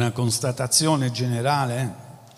una constatazione generale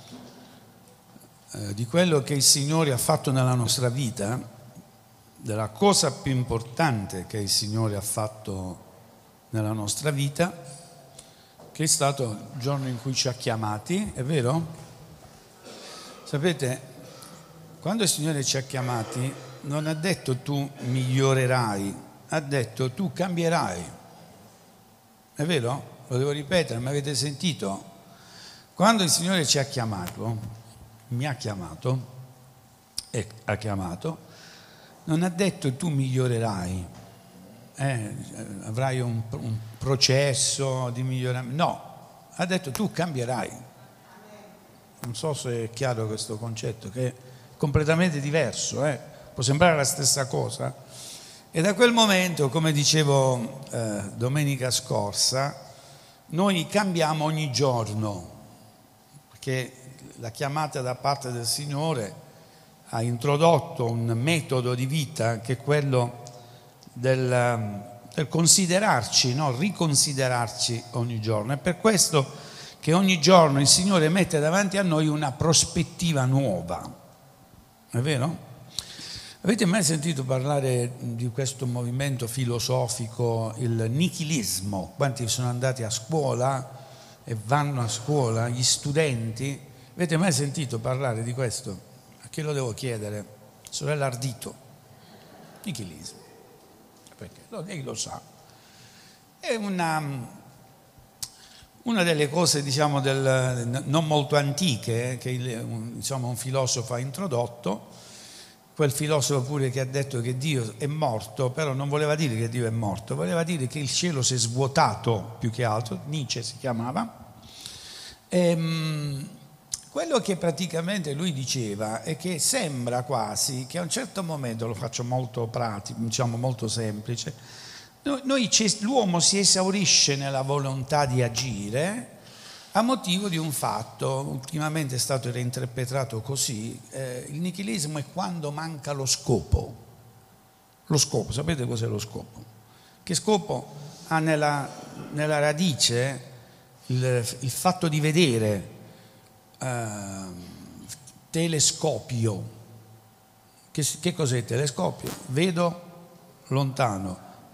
di quello che il Signore ha fatto nella nostra vita, della cosa più importante che il Signore ha fatto nella nostra vita, che è stato il giorno in cui ci ha chiamati, è vero? Sapete, quando il Signore ci ha chiamati non ha detto tu migliorerai, ha detto tu cambierai, è vero? Lo devo ripetere, mi avete sentito? Quando il Signore ci ha chiamato, mi ha chiamato e ha chiamato, non ha detto tu migliorerai, avrai un processo di miglioramento, no, ha detto tu cambierai. Non so se è chiaro questo concetto, che è completamente diverso, può sembrare la stessa cosa. E da quel momento, come dicevo domenica scorsa, noi cambiamo ogni giorno, perché la chiamata da parte del Signore ha introdotto un metodo di vita che è quello del considerarci, no? Riconsiderarci ogni giorno. È per questo che ogni giorno il Signore mette davanti a noi una prospettiva nuova. È vero? Avete mai sentito parlare di questo movimento filosofico, il nichilismo? Quanti sono andati a scuola e vanno a scuola, gli studenti? Avete mai sentito parlare di questo? A chi lo devo chiedere? Sorella Ardito. Nichilismo. Perché? Lei lo sa. È una delle cose, diciamo, non molto antiche, che un filosofo ha introdotto. Quel filosofo pure che ha detto che Dio è morto, però non voleva dire che Dio è morto, voleva dire che il cielo si è svuotato più che altro, Nietzsche si chiamava. Quello che praticamente lui diceva è che sembra quasi che a un certo momento, lo faccio molto pratico, diciamo molto semplice, l'uomo si esaurisce nella volontà di agire a motivo di un fatto, ultimamente è stato reinterpretato così, il nichilismo è quando manca lo scopo. Lo scopo, sapete cos'è lo scopo? Che scopo ha nella radice il fatto di vedere, telescopio. Che cos'è il telescopio? Vedo lontano,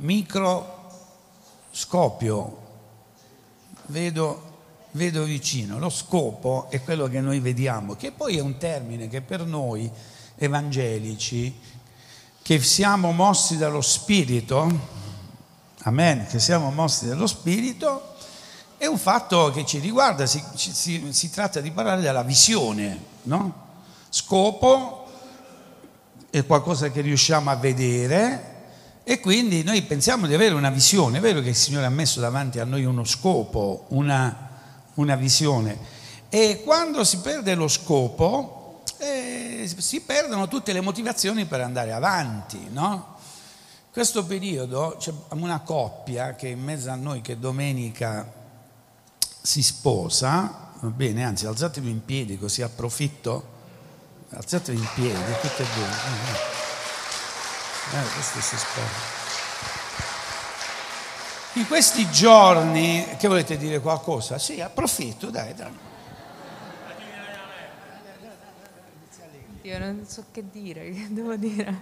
microscopio, vedo vicino. Lo scopo è quello che noi vediamo, che poi è un termine che per noi evangelici, che siamo mossi dallo Spirito, amen, che siamo mossi dallo Spirito, è un fatto che ci riguarda, si tratta di parlare della visione, no? Scopo è qualcosa che riusciamo a vedere e quindi noi pensiamo di avere una visione. È vero che il Signore ha messo davanti a noi uno scopo, una visione, e quando si perde lo scopo si perdono tutte le motivazioni per andare avanti, no? Questo periodo c'è una coppia che è in mezzo a noi che domenica si sposa, va bene, anzi alzatevi in piedi così approfitto, alzatevi in piedi tutte e due, questo si sposa. In questi giorni, che volete dire qualcosa? Sì, approfitto, dai. Io non so che dire, che devo dire.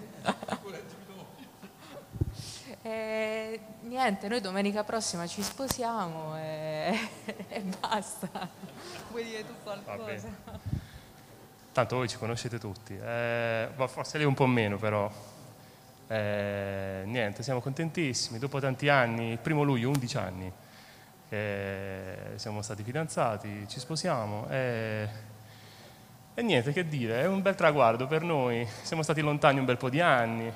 Niente, noi domenica prossima ci sposiamo e basta. Vuoi dire tu qualcosa? Tanto voi ci conoscete tutti, forse lei un po' meno però. Niente, siamo contentissimi, dopo tanti anni, il 1 luglio, 11 anni che siamo stati fidanzati, ci sposiamo e niente, che dire, è un bel traguardo per noi, siamo stati lontani un bel po' di anni,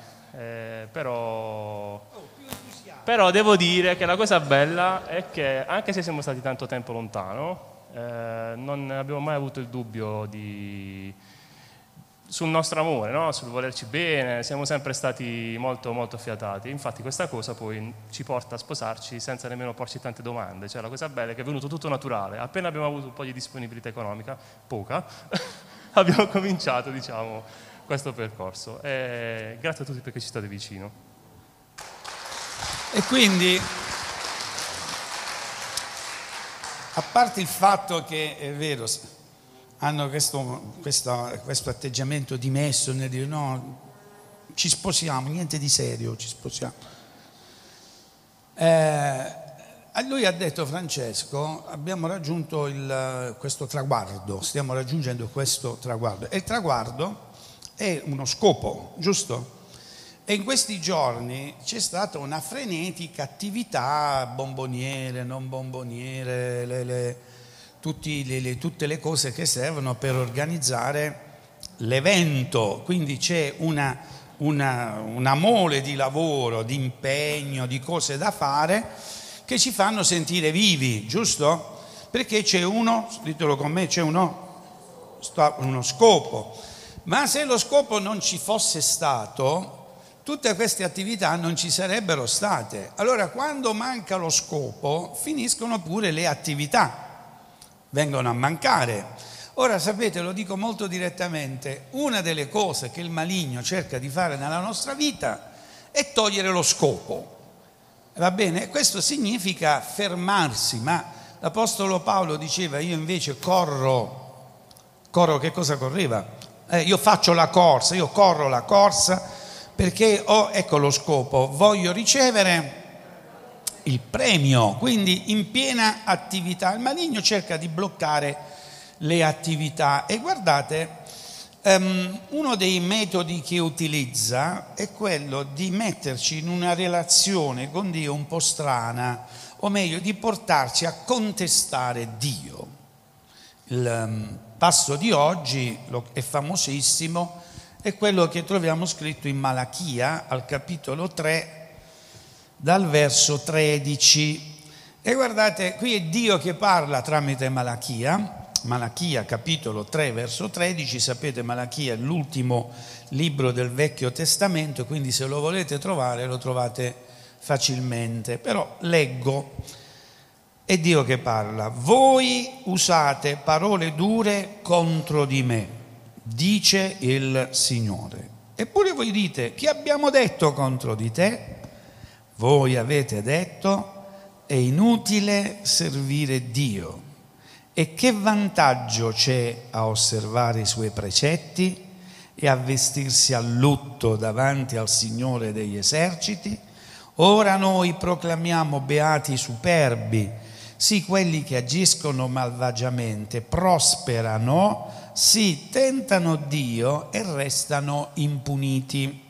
però devo dire che la cosa bella è che anche se siamo stati tanto tempo lontano, non abbiamo mai avuto il dubbio sul nostro amore, no? Sul volerci bene, siamo sempre stati molto molto affiatati. Infatti questa cosa poi ci porta a sposarci senza nemmeno porci tante domande, cioè la cosa bella è che è venuto tutto naturale. Appena abbiamo avuto un po' di disponibilità economica, poca, abbiamo cominciato, diciamo, questo percorso. E grazie a tutti perché ci state vicino. E quindi a parte il fatto che è vero, hanno questo atteggiamento dimesso nel dire no, ci sposiamo, niente di serio, ci sposiamo. A lui ha detto Francesco, abbiamo raggiunto questo traguardo, stiamo raggiungendo questo traguardo. E il traguardo è uno scopo, giusto? E in questi giorni c'è stata una frenetica attività, bomboniere, non bomboniere, tutte le cose che servono per organizzare l'evento. Quindi c'è una mole di lavoro, di impegno, di cose da fare che ci fanno sentire vivi, giusto? Perché c'è ditelo con me, c'è uno scopo. Ma se lo scopo non ci fosse stato, tutte queste attività non ci sarebbero state. Allora, quando manca lo scopo, finiscono pure le attività, vengono a mancare. Ora, sapete, lo dico molto direttamente, una delle cose che il maligno cerca di fare nella nostra vita è togliere lo scopo. Va bene? Questo significa fermarsi, ma l'Apostolo Paolo diceva, io invece corro, che cosa correva? Io faccio la corsa, io corro la corsa perché ecco lo scopo, voglio ricevere il premio, quindi in piena attività. Il maligno cerca di bloccare le attività e guardate, uno dei metodi che utilizza è quello di metterci in una relazione con Dio un po' strana, o meglio di portarci a contestare Dio. Il passo di oggi è famosissimo, è quello che troviamo scritto in Malachia al capitolo 3 dal verso 13 e guardate, qui è Dio che parla tramite Malachia capitolo 3 verso 13. Sapete, Malachia è l'ultimo libro del Vecchio Testamento, quindi se lo volete trovare lo trovate facilmente, però leggo, è Dio che parla: voi usate parole dure contro di me, dice il Signore, eppure voi dite, che abbiamo detto contro di te? Voi avete detto, è inutile servire Dio. E che vantaggio c'è a osservare i suoi precetti e a vestirsi a lutto davanti al Signore degli eserciti? Ora noi proclamiamo beati i superbi, sì, quelli che agiscono malvagiamente, prosperano, sì, tentano Dio e restano impuniti.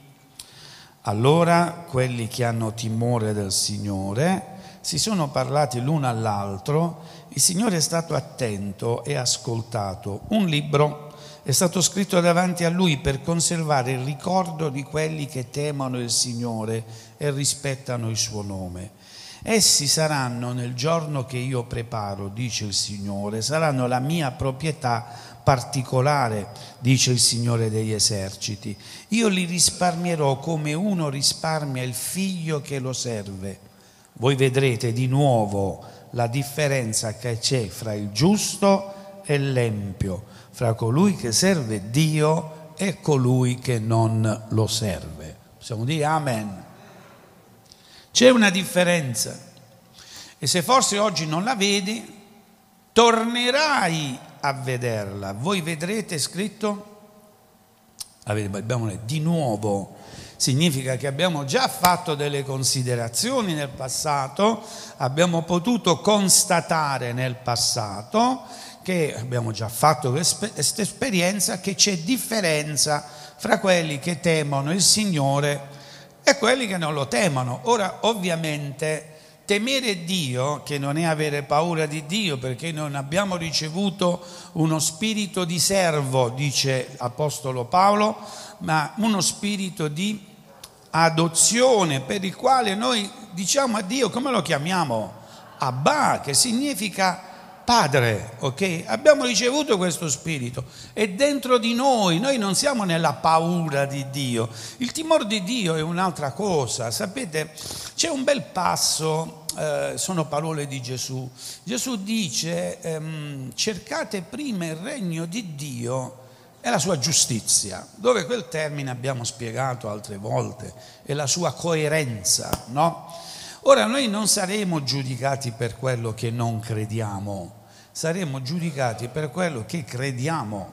Allora quelli che hanno timore del Signore si sono parlati l'uno all'altro. Il Signore è stato attento e ha ascoltato. Un libro è stato scritto davanti a Lui per conservare il ricordo di quelli che temono il Signore e rispettano il suo nome. Essi saranno nel giorno che io preparo, dice il Signore, saranno la mia proprietà particolare, dice il Signore degli eserciti. Io li risparmierò come uno risparmia il figlio che lo serve. Voi vedrete di nuovo la differenza che c'è fra il giusto e l'empio, fra colui che serve Dio e colui che non lo serve. Possiamo dire amen? C'è una differenza e se forse oggi non la vedi, tornerai a vederla. Voi vedrete scritto, abbiamo di nuovo. Significa che abbiamo già fatto delle considerazioni nel passato, abbiamo potuto constatare nel passato che abbiamo già fatto questa esperienza, che c'è differenza fra quelli che temono il Signore e quelli che non lo temono. Ora, ovviamente, temere Dio, che non è avere paura di Dio, perché non abbiamo ricevuto uno spirito di servo, dice l'Apostolo Paolo, ma uno spirito di adozione per il quale noi diciamo a Dio, come lo chiamiamo? Abba, che significa padre, ok? Abbiamo ricevuto questo spirito, è dentro di noi non siamo nella paura di Dio. Il timore di Dio è un'altra cosa, sapete, c'è un bel passo, sono parole di Gesù. Gesù dice, cercate prima il regno di Dio e la sua giustizia, dove quel termine abbiamo spiegato altre volte, è la sua coerenza, no? Ora noi non saremo giudicati per quello che non crediamo, saremo giudicati per quello che crediamo.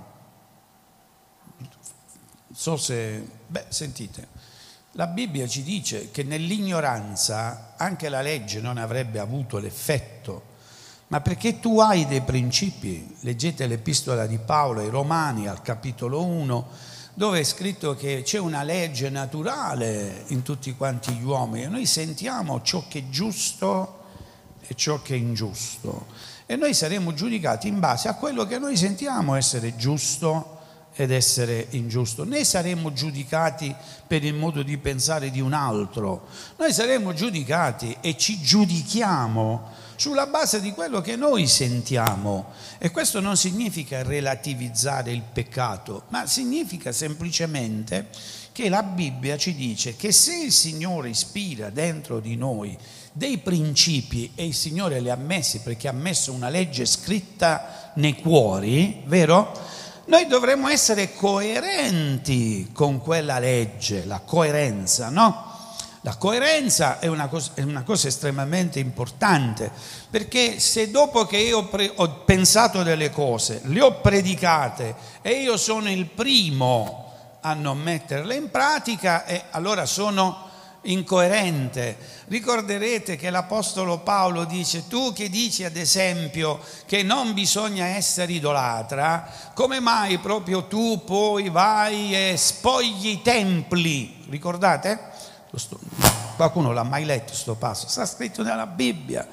Sentite, la Bibbia ci dice che nell'ignoranza anche la legge non avrebbe avuto l'effetto, ma perché tu hai dei principi. Leggete l'epistola di Paolo ai Romani al capitolo 1, dove è scritto che c'è una legge naturale in tutti quanti gli uomini, e noi sentiamo ciò che è giusto e ciò che è ingiusto, e noi saremo giudicati in base a quello che noi sentiamo essere giusto ed essere ingiusto. Né saremo giudicati per il modo di pensare di un altro, noi saremo giudicati e ci giudichiamo sulla base di quello che noi sentiamo. E questo non significa relativizzare il peccato, ma significa semplicemente che la Bibbia ci dice che se il Signore ispira dentro di noi dei principi, e il Signore li ha messi perché ha messo una legge scritta nei cuori, vero? Noi dovremmo essere coerenti con quella legge, la coerenza, no? La coerenza è una cosa estremamente importante, perché se dopo che io ho pensato delle cose, le ho predicate e io sono il primo a non metterle in pratica, allora sono incoerente. Ricorderete che l'Apostolo Paolo dice: tu che dici ad esempio che non bisogna essere idolatra, come mai proprio tu poi vai e spogli i templi? Ricordate? Qualcuno l'ha mai letto sto passo? Sta scritto nella Bibbia.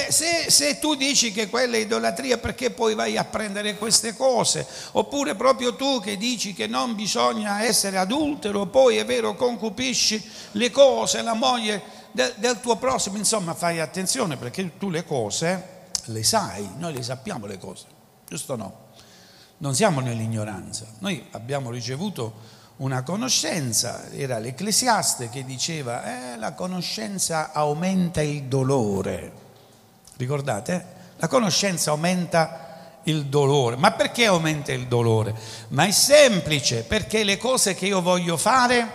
Se tu dici che quella è idolatria, perché poi vai a prendere queste cose? Oppure proprio tu che dici che non bisogna essere adultero, poi è vero concupisci le cose, la moglie del tuo prossimo. Insomma, fai attenzione, perché tu le cose le sai, noi le sappiamo le cose, giusto o no? Non siamo nell'ignoranza. Noi abbiamo ricevuto una conoscenza, era l'Ecclesiaste che diceva la conoscenza aumenta il dolore. Ricordate? La conoscenza aumenta il dolore. Ma perché aumenta il dolore? Ma è semplice, perché le cose che io voglio fare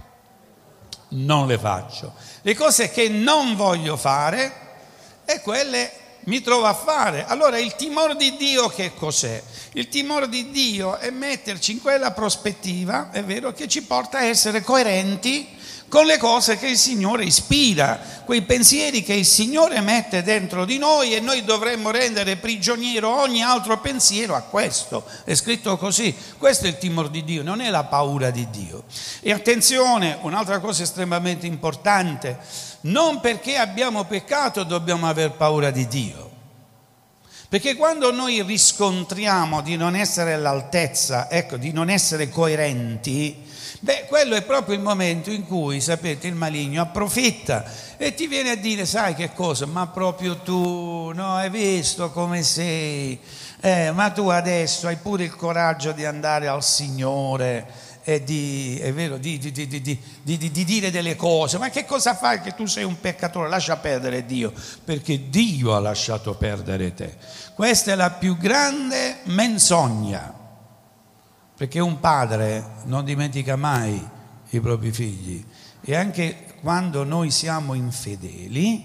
non le faccio. Le cose che non voglio fare e quelle mi trovo a fare. Allora il timore di Dio che cos'è? Il timore di Dio è metterci in quella prospettiva, è vero, che ci porta a essere coerenti con le cose che il Signore ispira, quei pensieri che il Signore mette dentro di noi, e noi dovremmo rendere prigioniero ogni altro pensiero a questo. È scritto così. Questo è il timore di Dio, non è la paura di Dio. E attenzione, un'altra cosa estremamente importante: non perché abbiamo peccato dobbiamo aver paura di Dio. Perché quando noi riscontriamo di non essere all'altezza, ecco, di non essere coerenti, quello è proprio il momento in cui, sapete, il maligno approfitta e ti viene a dire: sai che cosa? Ma proprio tu, no, hai visto come sei? Ma tu adesso hai pure il coraggio di andare al Signore e è vero, di dire delle cose. Ma che cosa fai che tu sei un peccatore? Lascia perdere Dio, perché Dio ha lasciato perdere te. Questa è la più grande menzogna, perché un padre non dimentica mai i propri figli, e anche quando noi siamo infedeli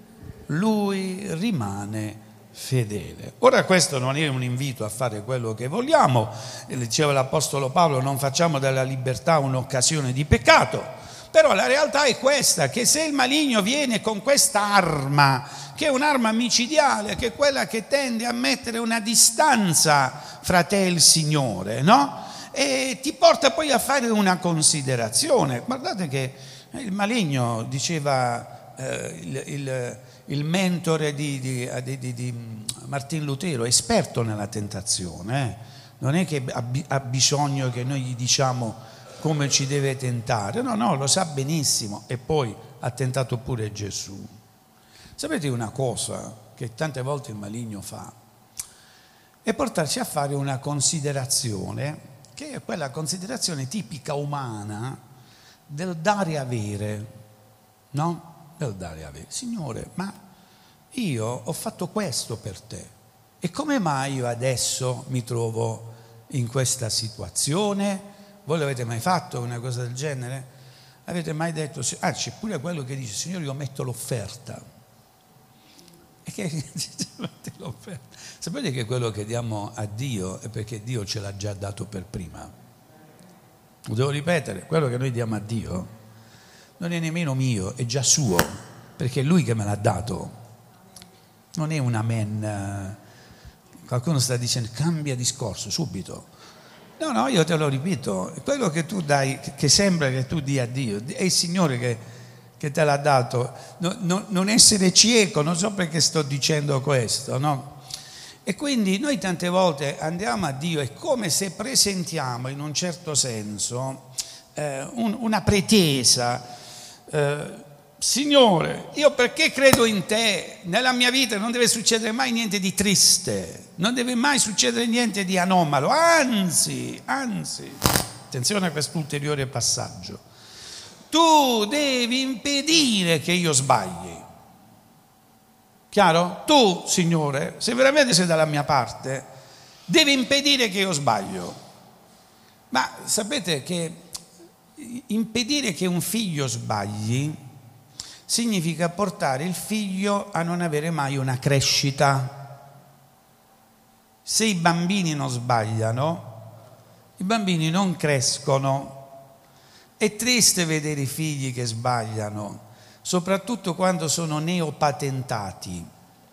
lui rimane fedele. Ora, questo non è un invito a fare quello che vogliamo, diceva l'Apostolo Paolo: non facciamo della libertà un'occasione di peccato. Però la realtà è questa, che se il maligno viene con questa arma, che è un'arma micidiale, che è quella che tende a mettere una distanza fra te e il Signore, no? E ti porta poi a fare una considerazione. Guardate che il maligno, diceva il mentore di Martin Lutero, è esperto nella tentazione, non è che ha bisogno che noi gli diciamo come ci deve tentare, no, lo sa benissimo, e poi ha tentato pure Gesù. Sapete una cosa che tante volte il maligno fa? È portarci a fare una considerazione, che è quella considerazione tipica umana del dare e avere, no? Del dare e avere. Signore, ma io ho fatto questo per te, e come mai io adesso mi trovo in questa situazione? Voi l'avete mai fatto una cosa del genere? Avete mai detto, c'è pure quello che dice: Signore, io metto l'offerta. E che sapete che quello che diamo a Dio è perché Dio ce l'ha già dato per prima. Lo devo ripetere, quello che noi diamo a Dio non è nemmeno mio, è già suo, perché è Lui che me l'ha dato. Non è un amen. Qualcuno sta dicendo cambia discorso subito. No, io te lo ripeto, quello che tu dai, che sembra che tu dia a Dio, è il Signore che te l'ha dato. Non essere cieco, non so perché sto dicendo questo, no? E quindi noi tante volte andiamo a Dio, è come se presentiamo in un certo senso una pretesa. Signore, io perché credo in te, nella mia vita non deve succedere mai niente di triste, non deve mai succedere niente di anomalo, anzi, attenzione a questo ulteriore passaggio, tu devi impedire che io sbagli, chiaro? Tu, Signore, se veramente sei dalla mia parte, devi impedire che io sbaglio. Ma sapete che impedire che un figlio sbagli significa portare il figlio a non avere mai una crescita. Se i bambini non sbagliano, i bambini non crescono. È triste vedere i figli che sbagliano, soprattutto quando sono neopatentati.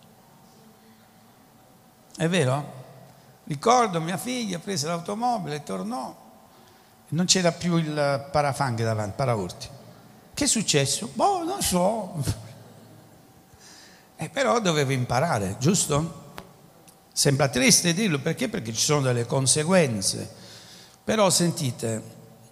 È vero? Ricordo mia figlia prese l'automobile e tornò, non c'era più il parafanghe davanti, paraurti. Che è successo? Boh, non so. Però dovevo imparare, giusto? Sembra triste dirlo, perché? Perché ci sono delle conseguenze. Però sentite,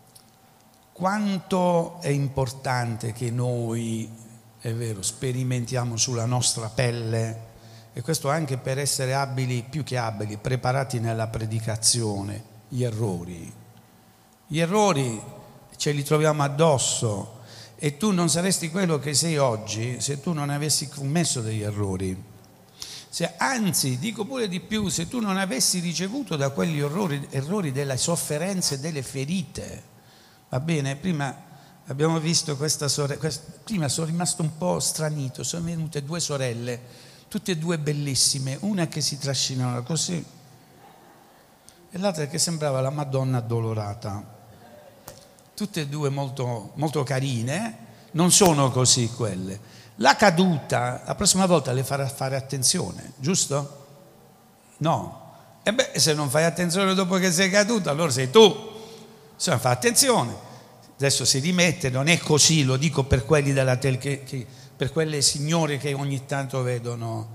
quanto è importante che noi, è vero, sperimentiamo sulla nostra pelle, e questo anche per essere abili, più che abili, preparati nella predicazione, gli errori. Gli errori ce li troviamo addosso. E tu non saresti quello che sei oggi se tu non avessi commesso degli errori. Anzi, dico pure di più, se tu non avessi ricevuto da quegli errori delle sofferenze, delle ferite. Va bene? Prima abbiamo visto questa sorella, prima sono rimasto un po' stranito, sono venute due sorelle, tutte e due bellissime, una che si trascinava così e l'altra che sembrava la Madonna addolorata. Tutte e due molto, molto carine, non sono così quelle. La caduta, la prossima volta le farà fare attenzione, giusto? No. E beh, se non fai attenzione dopo che sei caduta, allora sei tu. Se non fai attenzione, adesso si rimette, non è così, lo dico per quelli della per quelle signore che ogni tanto vedono.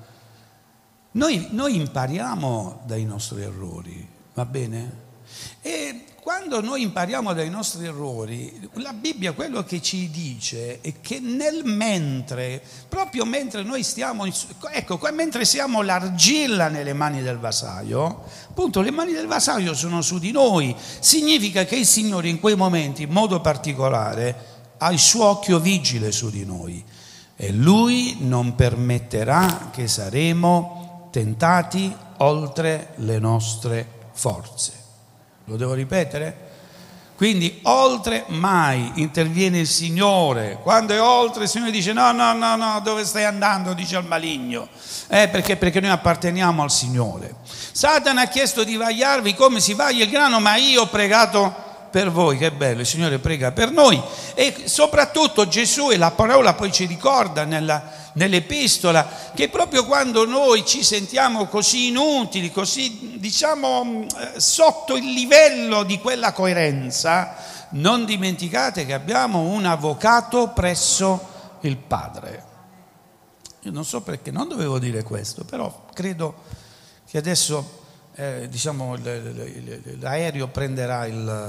Noi impariamo dai nostri errori, va bene? E quando noi impariamo dai nostri errori, la Bibbia quello che ci dice è che nel mentre, proprio mentre noi stiamo, ecco, mentre siamo l'argilla nelle mani del vasaio, appunto le mani del vasaio sono su di noi, significa che il Signore in quei momenti, in modo particolare, ha il suo occhio vigile su di noi e Lui non permetterà che saremo tentati oltre le nostre forze. Lo devo ripetere? Quindi oltre mai interviene il Signore. Quando è oltre il Signore dice no, dove stai andando? Dice al maligno. Perché noi apparteniamo al Signore. Satana ha chiesto di vagliarvi come si vaglia il grano, ma io ho pregato per voi. Che bello, il Signore prega per noi. E soprattutto Gesù, e la parola poi ci ricorda nell'epistola, che proprio quando noi ci sentiamo così inutili, così diciamo sotto il livello di quella coerenza, non dimenticate che abbiamo un avvocato presso il Padre. Io non so perché non dovevo dire questo, però credo che adesso diciamo l'aereo prenderà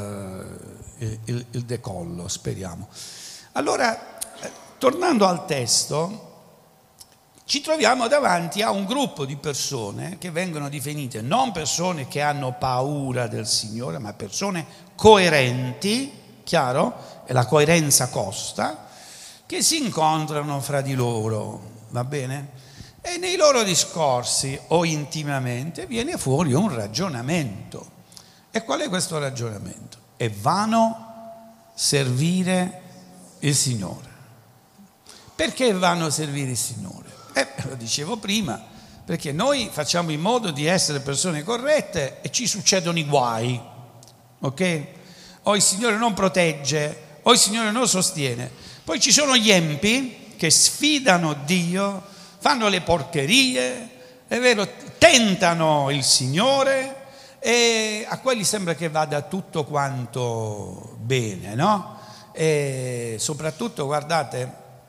il decollo, speriamo. Allora, tornando al testo, ci troviamo davanti a un gruppo di persone che vengono definite non persone che hanno paura del Signore, ma persone coerenti, chiaro? E la coerenza costa, che si incontrano fra di loro, va bene? E nei loro discorsi o intimamente viene fuori un ragionamento. E qual è questo ragionamento? È vano servire il Signore. Perché è vano servire il Signore? Lo dicevo prima, perché noi facciamo in modo di essere persone corrette e ci succedono i guai, ok? O il Signore non protegge, o il Signore non sostiene. Poi ci sono gli empi che sfidano Dio, fanno le porcherie, è vero, tentano il Signore, e a quelli sembra che vada tutto quanto bene, no? E soprattutto, guardate,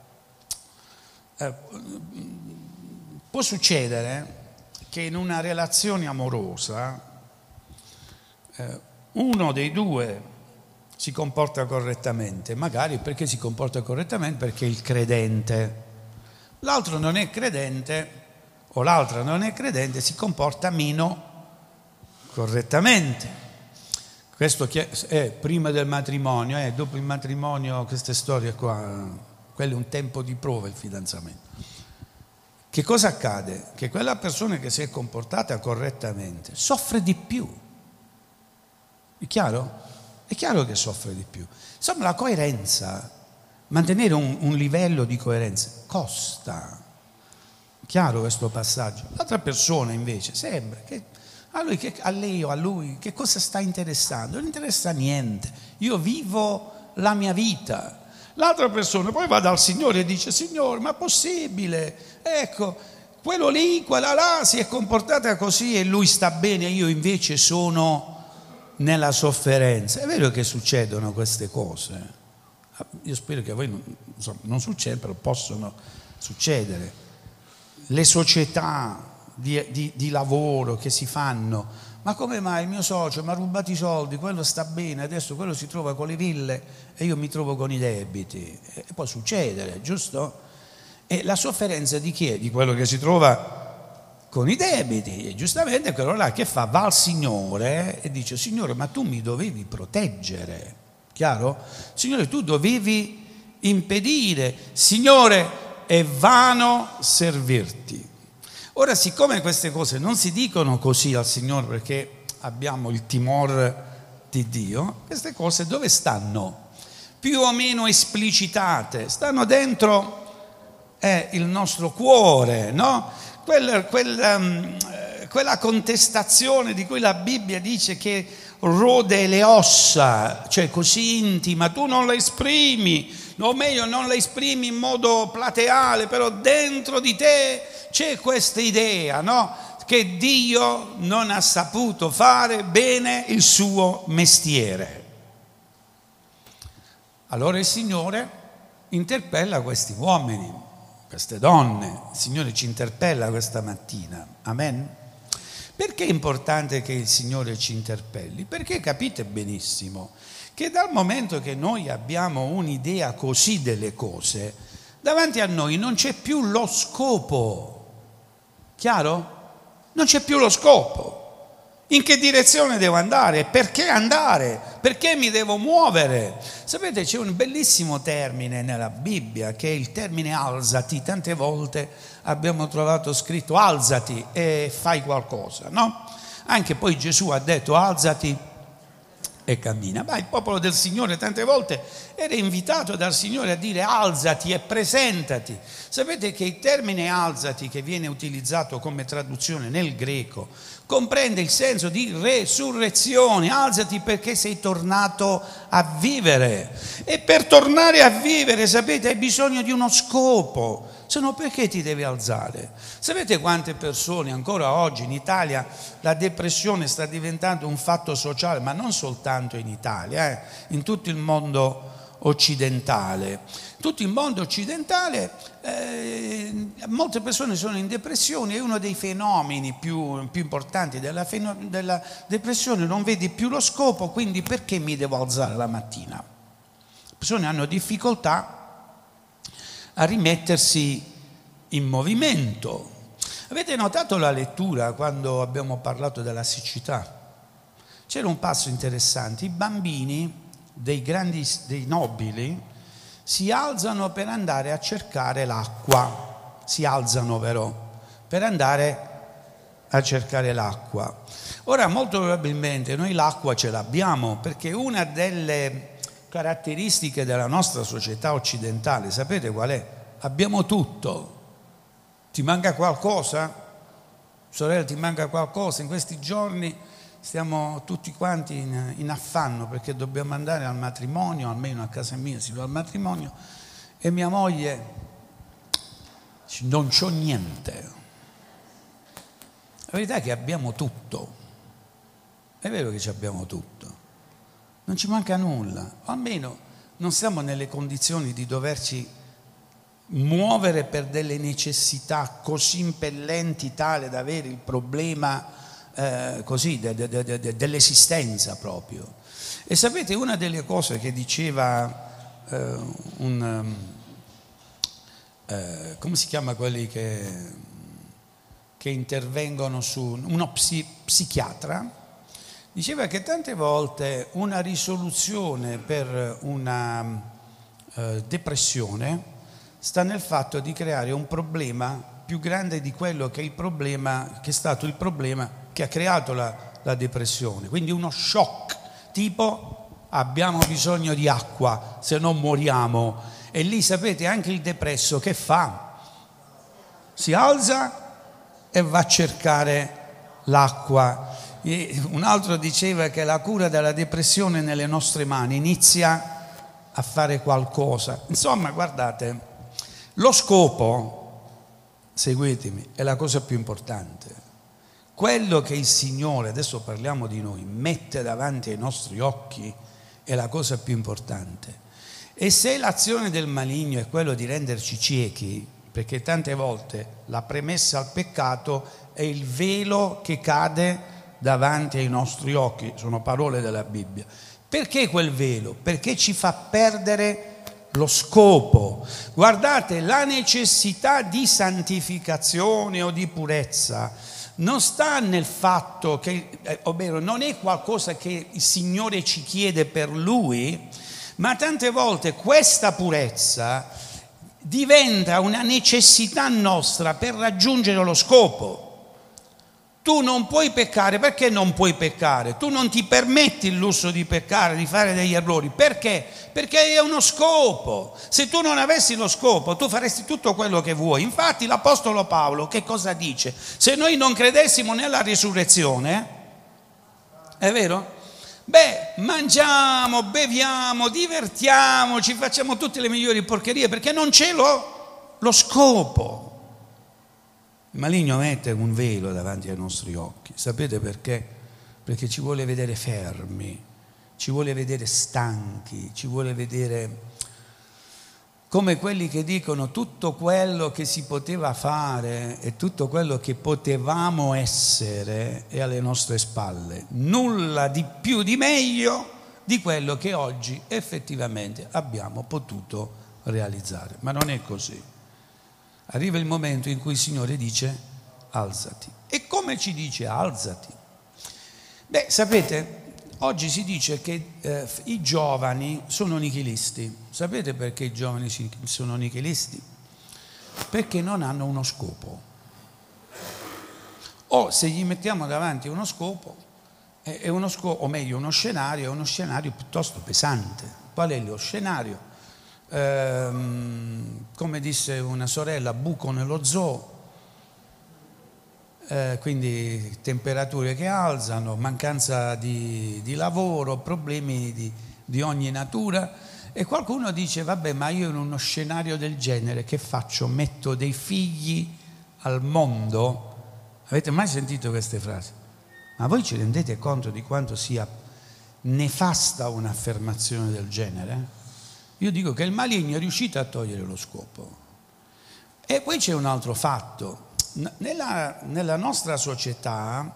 può succedere che in una relazione amorosa uno dei due si comporta correttamente, magari perché si comporta correttamente perché è il credente, l'altro non è credente o l'altra non è credente, si comporta meno correttamente. Questo è prima del matrimonio, dopo il matrimonio queste storie qua, quello è un tempo di prova, il fidanzamento. Che cosa accade? Che quella persona che si è comportata correttamente soffre di più. È chiaro? È chiaro che soffre di più. Insomma, la coerenza, mantenere un livello di coerenza costa. Chiaro questo passaggio? L'altra persona invece sembra che a lei o a lui che cosa sta interessando? Non interessa niente, io vivo la mia vita. L'altra persona poi va dal Signore e dice: Signore, ma è possibile? Ecco, quello lì, quella là si è comportata così e lui sta bene, io invece sono nella sofferenza. È vero che succedono queste cose, io spero che a voi non succeda, però possono succedere. Le società di lavoro che si fanno: ma come mai il mio socio mi ha rubato i soldi, quello sta bene, adesso quello si trova con le ville e io mi trovo con i debiti? E può succedere, giusto? E la sofferenza di chi è? Di quello che si trova con i debiti, e giustamente quello là che fa? Va al Signore e dice: Signore, ma tu mi dovevi proteggere, chiaro? Signore, tu dovevi impedire, Signore, è vano servirti. Ora, siccome queste cose non si dicono così al Signore perché abbiamo il timore di Dio, queste cose dove stanno? Più o meno esplicitate, stanno dentro il nostro cuore, no? Quella contestazione di cui la Bibbia dice che rode le ossa, cioè così intima, tu non la esprimi, o meglio non la esprimi in modo plateale, però dentro di te c'è questa idea, no? Che Dio non ha saputo fare bene il suo mestiere. Allora il Signore interpella questi uomini, queste donne. Il Signore ci interpella questa mattina, amen? Perché è importante che il Signore ci interpelli? Perché capite benissimo che dal momento che noi abbiamo un'idea così delle cose, davanti a noi non c'è più lo scopo. Chiaro? Non c'è più lo scopo. In che direzione devo andare? Perché andare? Perché mi devo muovere? Sapete, c'è un bellissimo termine nella Bibbia che è il termine alzati. Tante volte abbiamo trovato scritto alzati e fai qualcosa, no? Anche poi Gesù ha detto alzati e cammina. Ma il popolo del Signore tante volte era invitato dal Signore a dire alzati e presentati. Sapete che il termine alzati, che viene utilizzato come traduzione nel greco, comprende il senso di resurrezione. Alzati perché sei tornato a vivere, e per tornare a vivere, sapete, hai bisogno di uno scopo. Se no, perché ti devi alzare? Sapete quante persone ancora oggi in Italia la depressione sta diventando un fatto sociale, ma non soltanto in Italia, in tutto il mondo occidentale. Tutto il mondo occidentale, molte persone sono in depressione. È uno dei fenomeni più importanti della depressione. Non vedi più lo scopo, quindi perché mi devo alzare la mattina? Le persone hanno difficoltà a rimettersi in movimento. Avete notato la lettura quando abbiamo parlato della siccità? C'era un passo interessante: i bambini dei nobili si alzano per andare a cercare l'acqua, si alzano però per andare a cercare l'acqua. Ora, molto probabilmente noi l'acqua ce l'abbiamo, perché una delle caratteristiche della nostra società occidentale, sapete qual è? Abbiamo tutto, Ti manca qualcosa? Sorella, ti manca qualcosa? In questi giorni stiamo tutti quanti in affanno perché dobbiamo andare al matrimonio, almeno a casa mia si va al matrimonio, e mia moglie dice: non c'ho niente. La verità è che abbiamo tutto, è vero che ci abbiamo tutto, non ci manca nulla, o almeno non siamo nelle condizioni di doverci muovere per delle necessità così impellenti tale da avere il problema così dell'esistenza proprio. E sapete, una delle cose che diceva come si chiama quelli che intervengono su uno psichiatra, diceva che tante volte una risoluzione per una depressione sta nel fatto di creare un problema più grande di quello che è il problema, che è stato il problema che ha creato la depressione. Quindi uno shock, tipo abbiamo bisogno di acqua, se no moriamo. E lì sapete anche il depresso che fa? Si alza e va a cercare l'acqua. E un altro diceva che la cura della depressione è nelle nostre mani, inizia a fare qualcosa. Insomma, guardate, lo scopo, seguitemi, è la cosa più importante. Quello che il Signore, adesso parliamo di noi, mette davanti ai nostri occhi è la cosa più importante. E se l'azione del maligno è quello di renderci ciechi, perché tante volte la premessa al peccato è il velo che cade davanti ai nostri occhi, sono parole della Bibbia. Perché quel velo? Perché ci fa perdere lo scopo. Guardate, la necessità di santificazione o di purezza non sta nel fatto che, ovvero non è qualcosa che il Signore ci chiede per Lui, ma tante volte questa purezza diventa una necessità nostra per raggiungere lo scopo. Tu non puoi peccare, perché non puoi peccare? Tu non ti permetti il lusso di peccare, di fare degli errori, perché? Perché è uno scopo. Se tu non avessi lo scopo, tu faresti tutto quello che vuoi. Infatti l'Apostolo Paolo che cosa dice? Se noi non credessimo nella risurrezione, è vero? Mangiamo, beviamo, divertiamoci, facciamo tutte le migliori porcherie, perché non c'è lo scopo. Il maligno mette un velo davanti ai nostri occhi. Sapete perché? Perché ci vuole vedere fermi, ci vuole vedere stanchi, ci vuole vedere come quelli che dicono tutto quello che si poteva fare e tutto quello che potevamo essere è alle nostre spalle. Nulla di più di meglio di quello che oggi effettivamente abbiamo potuto realizzare. Ma non è così. Arriva il momento in cui il Signore dice: alzati. E come ci dice alzati? Sapete, oggi si dice che i giovani sono nichilisti. Sapete perché i giovani sono nichilisti? Perché non hanno uno scopo. O se gli mettiamo davanti uno scopo, è uno scopo, o meglio uno scenario, è uno scenario piuttosto pesante. Qual è lo scenario? Come disse una sorella, buco nello zoo, quindi temperature che alzano, mancanza di lavoro, problemi di ogni natura. E qualcuno dice: vabbè, ma io in uno scenario del genere che faccio? Metto dei figli al mondo? Avete mai sentito queste frasi? Ma voi ci rendete conto di quanto sia nefasta un'affermazione del genere? Io dico che il maligno è riuscito a togliere lo scopo. E poi c'è un altro fatto. Nella nostra società,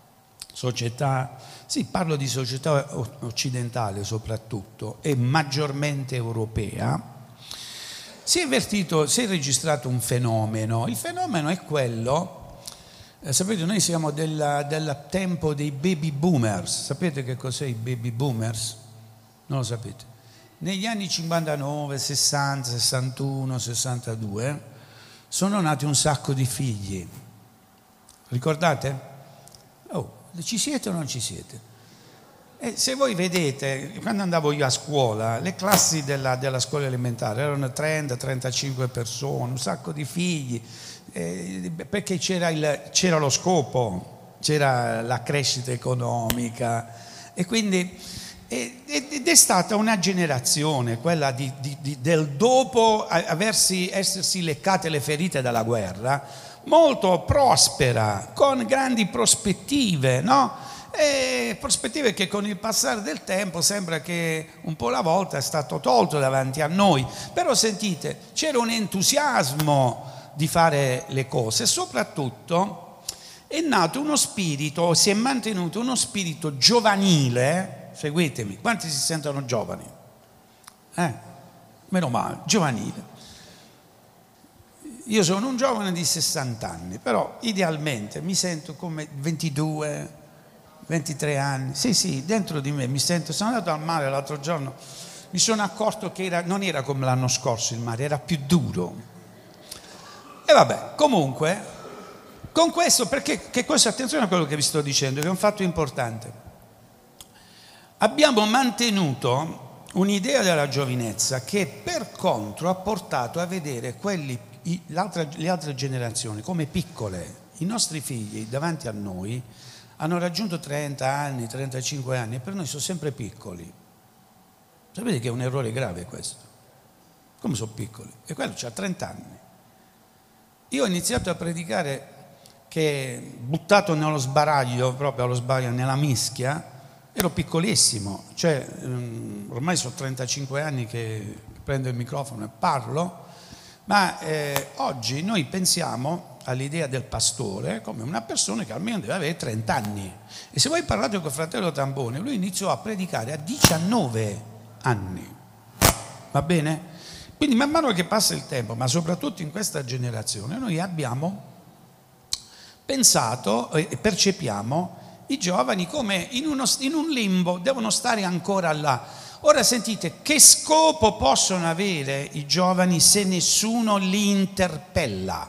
sì, parlo di società occidentale soprattutto, e maggiormente europea, si è registrato un fenomeno. Il fenomeno è quello, sapete, noi siamo del tempo dei baby boomers. Sapete che cos'è i baby boomers? Non lo sapete? Negli anni 59, 60, 61, 62 sono nati un sacco di figli. Ricordate? Ci siete o non ci siete? E se voi vedete, quando andavo io a scuola, le classi della scuola elementare erano 30-35 persone, un sacco di figli, perché c'era lo scopo, c'era la crescita economica, e quindi ed è stata una generazione, quella del dopo essersi leccate le ferite dalla guerra, molto prospera, con grandi prospettive, no? E prospettive che con il passare del tempo sembra che un po' alla volta è stato tolto davanti a noi, però sentite, c'era un entusiasmo di fare le cose, soprattutto è nato uno spirito, si è mantenuto uno spirito giovanile, seguitemi, quanti si sentono giovani? Meno male, giovanile. Io sono un giovane di 60 anni, però idealmente mi sento come 22, 23 anni, sì, dentro di me mi sento, sono andato al mare l'altro giorno, mi sono accorto che non era come l'anno scorso il mare, era più duro. E vabbè, comunque, con questo, perché che questo, attenzione a quello che vi sto dicendo, che è un fatto importante. Abbiamo mantenuto un'idea della giovinezza che per contro ha portato a vedere le altre generazioni come piccole. I nostri figli davanti a noi hanno raggiunto 30 anni, 35 anni e per noi sono sempre piccoli. Sapete che è un errore grave questo? Come sono piccoli? E quello c'ha 30 anni. Io ho iniziato a predicare che buttato nello sbaraglio, proprio allo sbaraglio, nella mischia, ero piccolissimo, cioè ormai sono 35 anni che prendo il microfono e parlo, ma oggi noi pensiamo all'idea del pastore come una persona che almeno deve avere 30 anni. E se voi parlate con fratello Tambone, lui iniziò a predicare a 19 anni, va bene? Quindi man mano che passa il tempo, ma soprattutto in questa generazione, noi abbiamo pensato e percepiamo i giovani come in un limbo, devono stare ancora là. Ora sentite, che scopo possono avere i giovani se nessuno li interpella?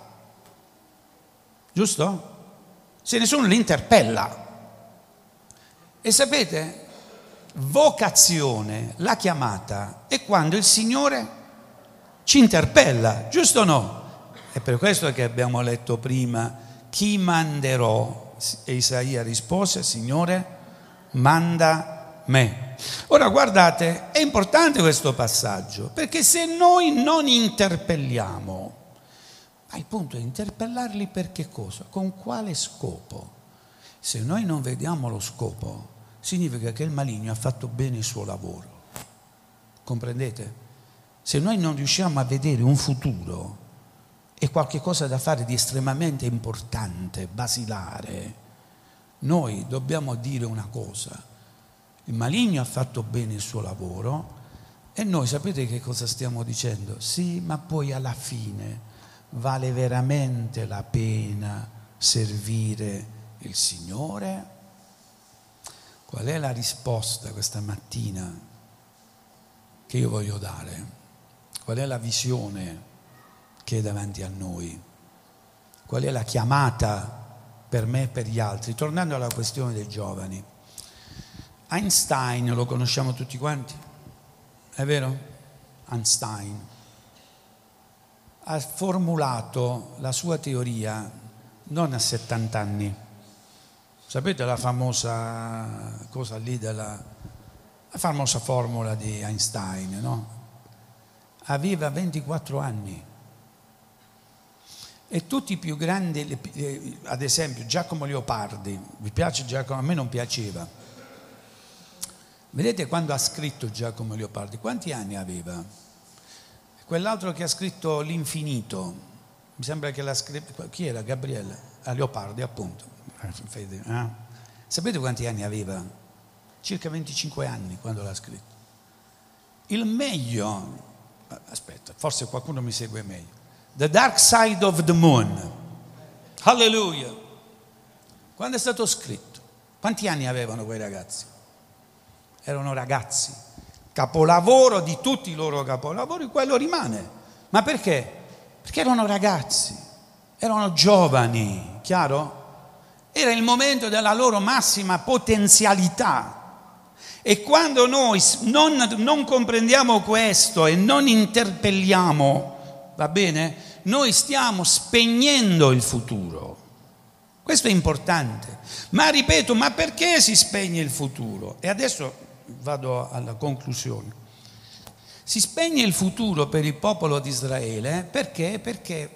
Giusto? Se nessuno li interpella. E sapete, vocazione, la chiamata, è quando il Signore ci interpella, giusto o no? È per questo che abbiamo letto prima, chi manderò? E Isaia rispose, Signore, manda me. Ora guardate, è importante questo passaggio, perché se noi non interpelliamo, ma il punto è interpellarli per che cosa? Con quale scopo? Se noi non vediamo lo scopo, significa che il maligno ha fatto bene il suo lavoro. Comprendete? Se noi non riusciamo a vedere un futuro, è qualcosa da fare di estremamente importante, basilare. Noi dobbiamo dire una cosa: il maligno ha fatto bene il suo lavoro e noi sapete che cosa stiamo dicendo? Sì, ma poi alla fine vale veramente la pena servire il Signore? Qual è la risposta questa mattina che io voglio dare? Qual è la visione che è davanti a noi? Qual è la chiamata per me e per gli altri? Tornando alla questione dei giovani, Einstein lo conosciamo tutti quanti, è vero? Einstein ha formulato la sua teoria non a 70 anni. Sapete la famosa cosa lì la famosa formula di Einstein, no? Aveva 24 anni. E tutti i più grandi, ad esempio Giacomo Leopardi, vi piace Giacomo? A me non piaceva. Vedete quando ha scritto Giacomo Leopardi, quanti anni aveva? Quell'altro che ha scritto L'Infinito, mi sembra che l'ha scritto, chi era? Gabriele? Leopardi, appunto. Sapete quanti anni aveva? Circa 25 anni quando l'ha scritto. Il meglio, aspetta, forse qualcuno mi segue meglio. The Dark Side of the Moon. Hallelujah. Quando è stato scritto? Quanti anni avevano quei ragazzi? Erano ragazzi. Capolavoro di tutti i loro capolavori, quello rimane. Ma perché? Perché erano ragazzi, erano giovani, chiaro? Era il momento della loro massima potenzialità. E quando noi non comprendiamo questo e non interpelliamo, va bene? Noi stiamo spegnendo il futuro. Questo è importante. Ma ripeto, ma perché si spegne il futuro? E adesso vado alla conclusione. Si spegne il futuro per il popolo di Israele perché? Perché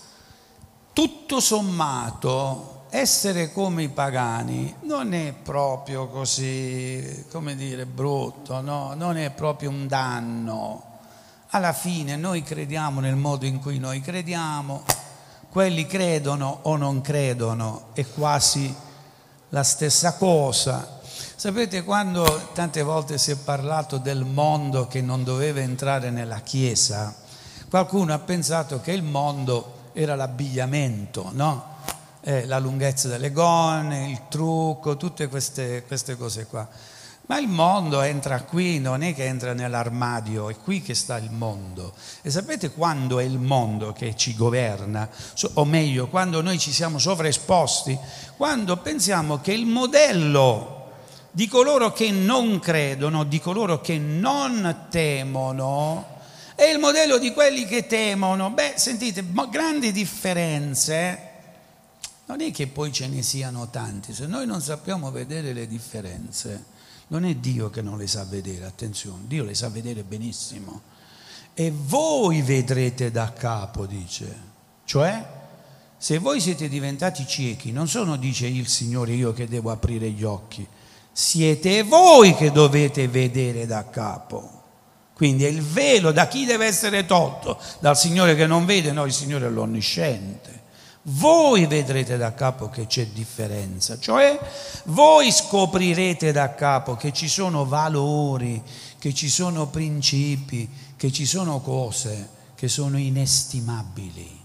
tutto sommato essere come i pagani non è proprio così, come dire, brutto, no? Non è proprio un danno. Alla fine noi crediamo nel modo in cui noi crediamo, quelli credono o non credono, è quasi la stessa cosa. Sapete, quando tante volte si è parlato del mondo che non doveva entrare nella Chiesa, qualcuno ha pensato che il mondo era l'abbigliamento, no? La lunghezza delle gonne, il trucco, tutte queste cose qua. Ma il mondo entra qui, non è che entra nell'armadio, è qui che sta il mondo. E sapete quando è il mondo che ci governa? O meglio, quando noi ci siamo sovraesposti? Quando pensiamo che il modello di coloro che non credono, di coloro che non temono, è il modello di quelli che temono. Beh, sentite, grandi differenze. Non è che poi ce ne siano tanti, se noi non sappiamo vedere le differenze, non è Dio che non le sa vedere, attenzione, Dio le sa vedere benissimo. E voi vedrete da capo, dice. Cioè, se voi siete diventati ciechi, non sono, dice il Signore, io che devo aprire gli occhi, siete voi che dovete vedere da capo. Quindi è il velo da chi deve essere tolto? Dal Signore che non vede? No, il Signore è l'onnisciente. Voi vedrete da capo che c'è differenza, cioè voi scoprirete da capo che ci sono valori, che ci sono principi, che ci sono cose che sono inestimabili.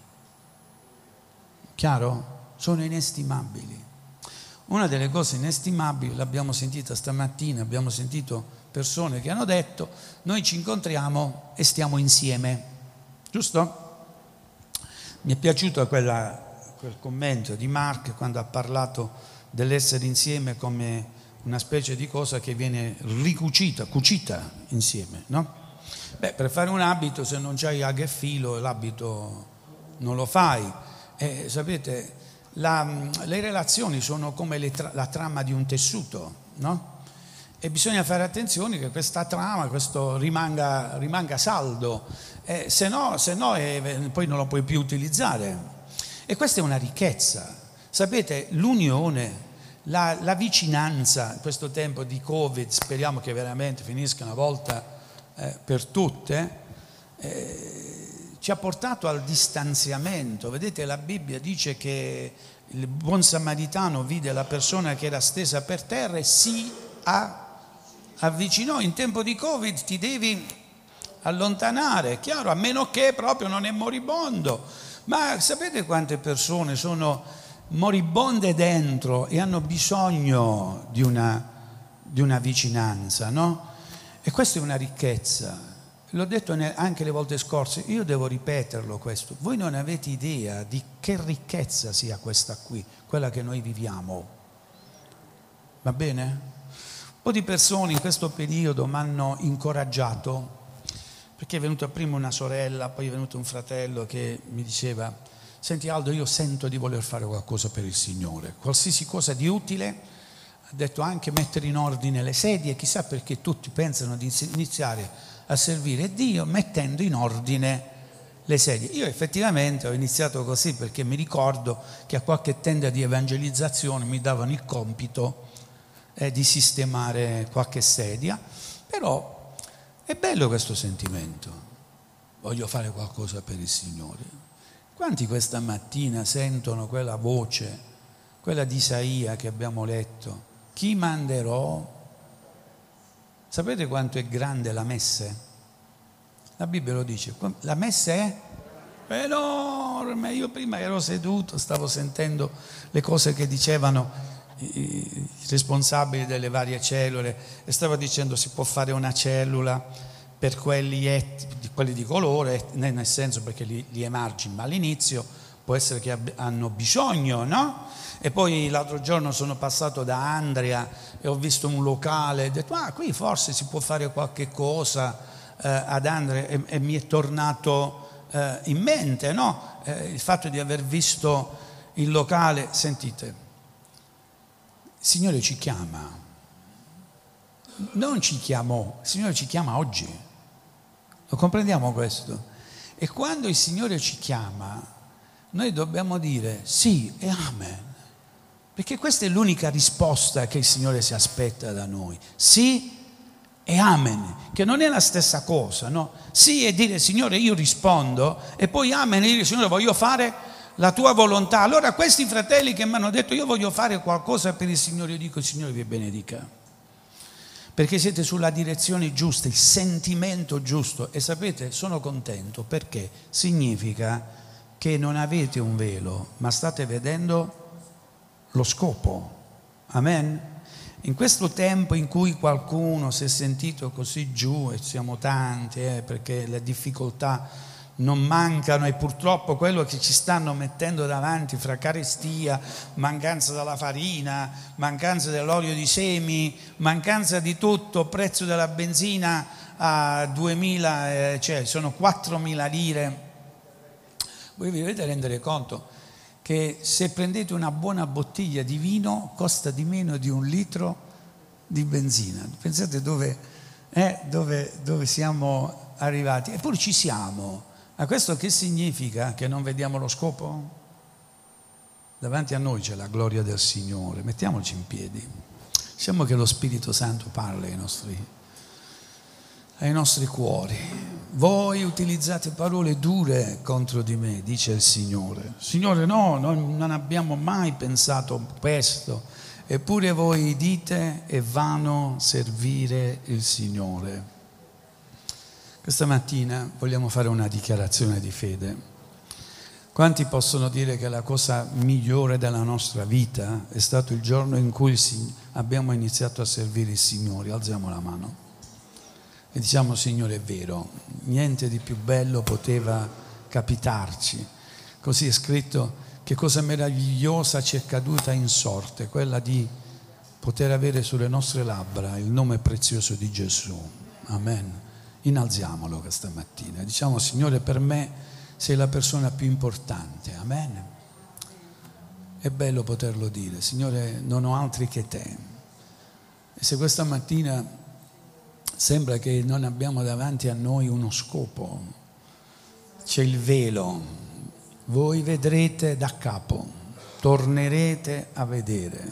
Chiaro? Sono inestimabili. Una delle cose inestimabili, l'abbiamo sentita stamattina, abbiamo sentito persone che hanno detto: noi ci incontriamo e stiamo insieme, giusto? Mi è piaciuto quel commento di Mark quando ha parlato dell'essere insieme come una specie di cosa che viene ricucita, cucita insieme, no? Beh, per fare un abito, se non c'hai aghe e filo, l'abito non lo fai. Sapete, le relazioni sono come la trama di un tessuto, no? E bisogna fare attenzione che questa trama, questo rimanga saldo, se no poi non lo puoi più utilizzare. E questa è una ricchezza. Sapete, l'unione, la vicinanza in questo tempo di Covid, speriamo che veramente finisca una volta per tutte, ci ha portato al distanziamento. Vedete, la Bibbia dice che il buon samaritano vide la persona che era stesa per terra e si avvicinò. In tempo di Covid ti devi allontanare, chiaro, a meno che proprio non è moribondo. Ma sapete quante persone sono moribonde dentro e hanno bisogno di una vicinanza, no? E questa è una ricchezza. L'ho detto anche le volte scorse, io devo ripeterlo questo. Voi non avete idea di che ricchezza sia questa qui, quella che noi viviamo. Va bene? Un po' di persone in questo periodo mi hanno incoraggiato, perché è venuta prima una sorella, poi è venuto un fratello che mi diceva: senti Aldo, io sento di voler fare qualcosa per il Signore, qualsiasi cosa di utile. Ha detto anche mettere in ordine le sedie, chissà perché tutti pensano di iniziare a servire Dio mettendo in ordine le sedie. Io effettivamente ho iniziato così, perché mi ricordo che a qualche tenda di evangelizzazione mi davano il compito di sistemare qualche sedia, però è bello questo sentimento, voglio fare qualcosa per il Signore. Quanti questa mattina sentono quella voce, quella di Isaia che abbiamo letto? Chi manderò? Sapete quanto è grande la messe? La Bibbia lo dice, la messe è enorme. Io prima ero seduto, stavo sentendo le cose che dicevano i responsabili delle varie cellule e stava dicendo: si può fare una cellula per quelli di colore, nel senso perché li emargini, ma all'inizio può essere che hanno bisogno, no? E poi l'altro giorno sono passato da Andria e ho visto un locale, ho detto qui forse si può fare qualche cosa ad Andria, e mi è tornato in mente, no? Il fatto di aver visto il locale. Sentite, il Signore ci chiama, non ci chiamò, il Signore ci chiama oggi, lo comprendiamo questo? E quando il Signore ci chiama, noi dobbiamo dire sì e amen, perché questa è l'unica risposta che il Signore si aspetta da noi, sì e amen, che non è la stessa cosa, no? Sì è dire Signore io rispondo, e poi amen è dire Signore voglio fare la tua volontà. Allora questi fratelli che mi hanno detto io voglio fare qualcosa per il Signore, io dico il Signore vi benedica, perché siete sulla direzione giusta, il sentimento giusto, e sapete sono contento perché significa che non avete un velo ma state vedendo lo scopo. Amen. In questo tempo in cui qualcuno si è sentito così giù, e siamo tanti, perché le difficoltà non mancano, e purtroppo quello che ci stanno mettendo davanti fra carestia, mancanza della farina, mancanza dell'olio di semi, mancanza di tutto, prezzo della benzina a 2000, cioè sono 4.000 lire. Voi vi dovete rendere conto che se prendete una buona bottiglia di vino costa di meno di 1 litro di benzina. Pensate dove siamo arrivati, eppure ci siamo. Ma questo che significa? Che non vediamo lo scopo? Davanti a noi c'è la gloria del Signore, mettiamoci in piedi, lasciamo che lo Spirito Santo parli ai nostri cuori. Voi utilizzate parole dure contro di me, dice il Signore. Signore no, non abbiamo mai pensato questo, eppure voi dite è vano servire il Signore. Questa mattina vogliamo fare una dichiarazione di fede. Quanti possono dire che la cosa migliore della nostra vita è stato il giorno in cui abbiamo iniziato a servire il Signore? Alziamo la mano e diciamo Signore è vero, niente di più bello poteva capitarci. Così è scritto, che cosa meravigliosa ci è caduta in sorte, quella di poter avere sulle nostre labbra il nome prezioso di Gesù. Amen. Innalziamolo questa mattina, diciamo Signore per me sei la persona più importante, amen. È bello poterlo dire, Signore non ho altri che te. E se questa mattina sembra che non abbiamo davanti a noi uno scopo, c'è il velo, voi vedrete da capo, tornerete a vedere,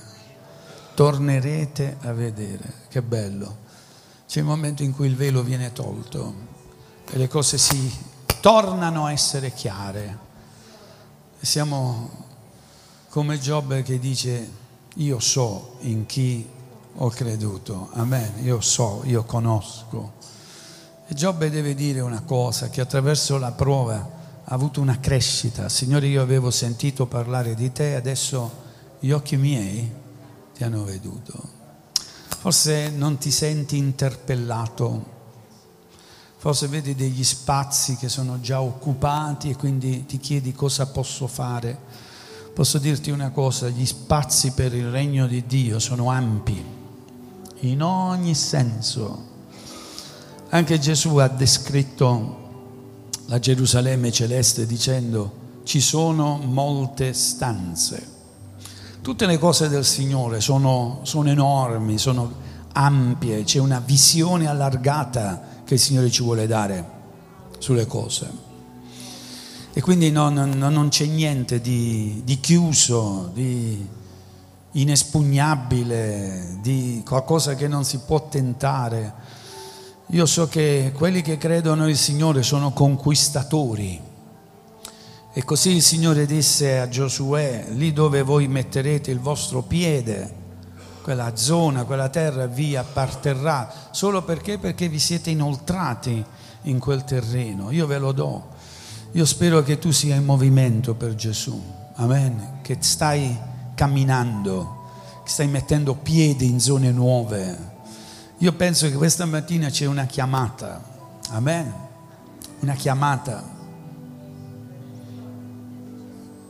che bello. C'è il momento in cui il velo viene tolto e le cose si tornano a essere chiare. E siamo come Giobbe che dice io so in chi ho creduto, amen, io so, io conosco. E Giobbe deve dire una cosa, che attraverso la prova ha avuto una crescita. Signore io avevo sentito parlare di te, adesso gli occhi miei ti hanno veduto. Forse non ti senti interpellato, forse vedi degli spazi che sono già occupati e quindi ti chiedi cosa posso fare. Posso dirti una cosa, gli spazi per il regno di Dio sono ampi, in ogni senso. Anche Gesù ha descritto la Gerusalemme celeste dicendo ci sono molte stanze. Tutte le cose del Signore sono enormi, sono ampie, c'è una visione allargata che il Signore ci vuole dare sulle cose. E quindi non c'è niente di chiuso, di inespugnabile, di qualcosa che non si può tentare. Io so che quelli che credono nel Signore sono conquistatori. E così il Signore disse a Giosuè, lì dove voi metterete il vostro piede, quella zona, quella terra vi apparterrà, solo perché vi siete inoltrati in quel terreno, io ve lo do. Io spero che tu sia in movimento per Gesù, amen, che stai camminando, che stai mettendo piedi in zone nuove. Io penso che questa mattina c'è una chiamata, amen, una chiamata.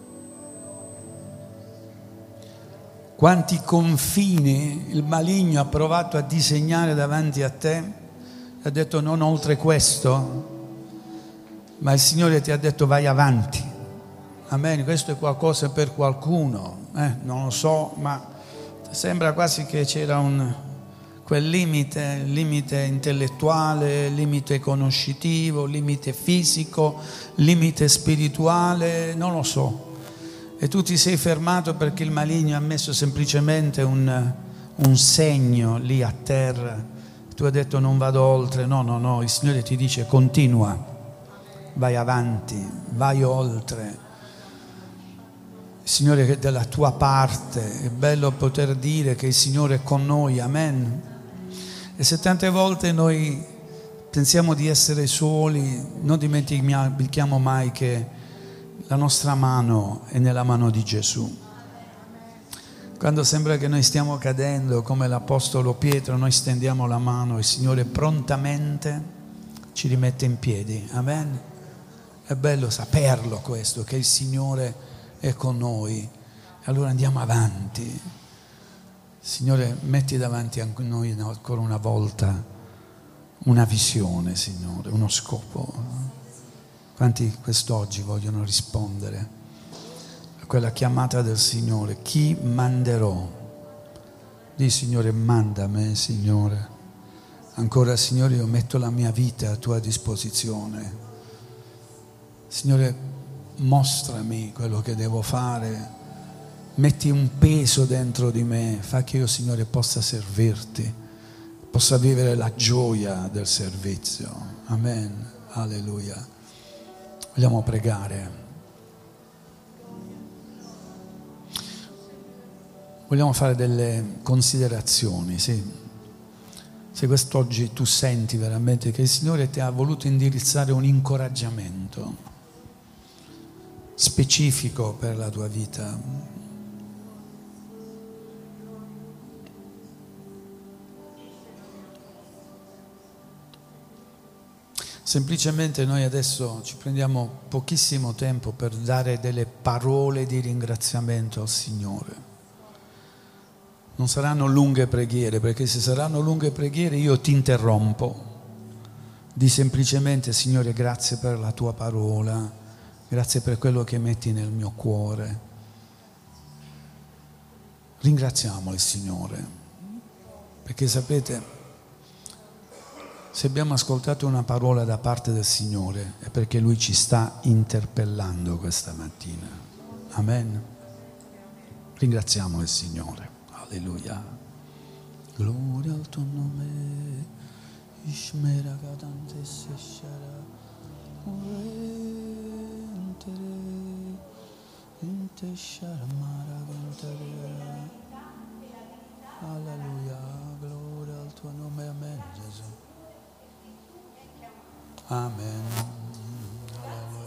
quanti confini il maligno ha provato a disegnare davanti a te, ha detto non oltre questo, ma il Signore ti ha detto vai avanti. Amen. Questo è qualcosa per qualcuno, non lo so, ma sembra quasi che c'era quel limite intellettuale, limite conoscitivo, limite fisico, limite spirituale, non lo so. E tu ti sei fermato perché il maligno ha messo semplicemente un segno lì a terra. Tu hai detto non vado oltre. No, il Signore ti dice continua, vai avanti, vai oltre. Il Signore è dalla tua parte, è bello poter dire che il Signore è con noi, amen. E se tante volte noi pensiamo di essere soli, non dimentichiamo mai che la nostra mano è nella mano di Gesù. Quando sembra che noi stiamo cadendo, come l'Apostolo Pietro, noi stendiamo la mano e il Signore prontamente ci rimette in piedi. Amen. È bello saperlo questo, che il Signore è con noi. Allora andiamo avanti. Signore, metti davanti a noi ancora una volta una visione, Signore, uno scopo. Quanti quest'oggi vogliono rispondere a quella chiamata del Signore? Chi manderò? Dì Signore, manda me, Signore. Ancora, Signore, io metto la mia vita a tua disposizione. Signore, mostrami quello che devo fare. Metti un peso dentro di me. Fa che io, Signore, possa servirti, possa vivere la gioia del servizio. Amen. Alleluia. Vogliamo pregare. Vogliamo fare delle considerazioni, sì. Se quest'oggi tu senti veramente che il Signore ti ha voluto indirizzare un incoraggiamento specifico per la tua vita, semplicemente noi adesso ci prendiamo pochissimo tempo per dare delle parole di ringraziamento al Signore. Non saranno lunghe preghiere, perché se saranno lunghe preghiere io ti interrompo. Di semplicemente, Signore, grazie per la tua parola, grazie per quello che metti nel mio cuore. Ringraziamo il Signore, perché sapete, se abbiamo ascoltato una parola da parte del Signore è perché Lui ci sta interpellando questa mattina. Amen. Ringraziamo il Signore. Alleluia. Gloria al tuo nome. Ishmera gadante seshara. Inte sharamara gantere. Alleluia. Gloria al tuo nome. Amen, Gesù. Amen. Alleluia.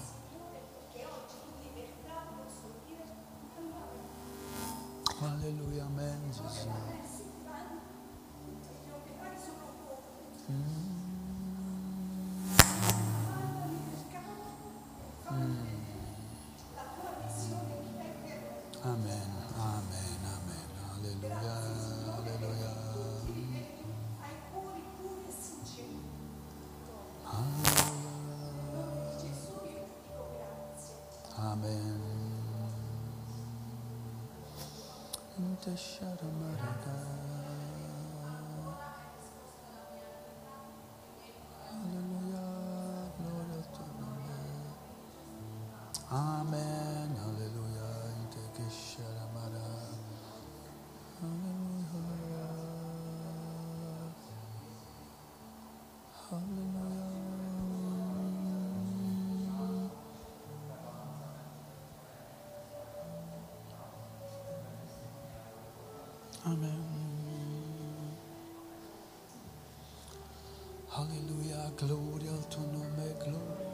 Alleluia, amen, Gesù. Amen, amen, amen. Alleluia, alleluia. Amen. Alleluia, gloria al tuo nome. Amen, alleluia. Alleluia. Alleluia. Amen. Alleluia, gloria al tuo nome, gloria.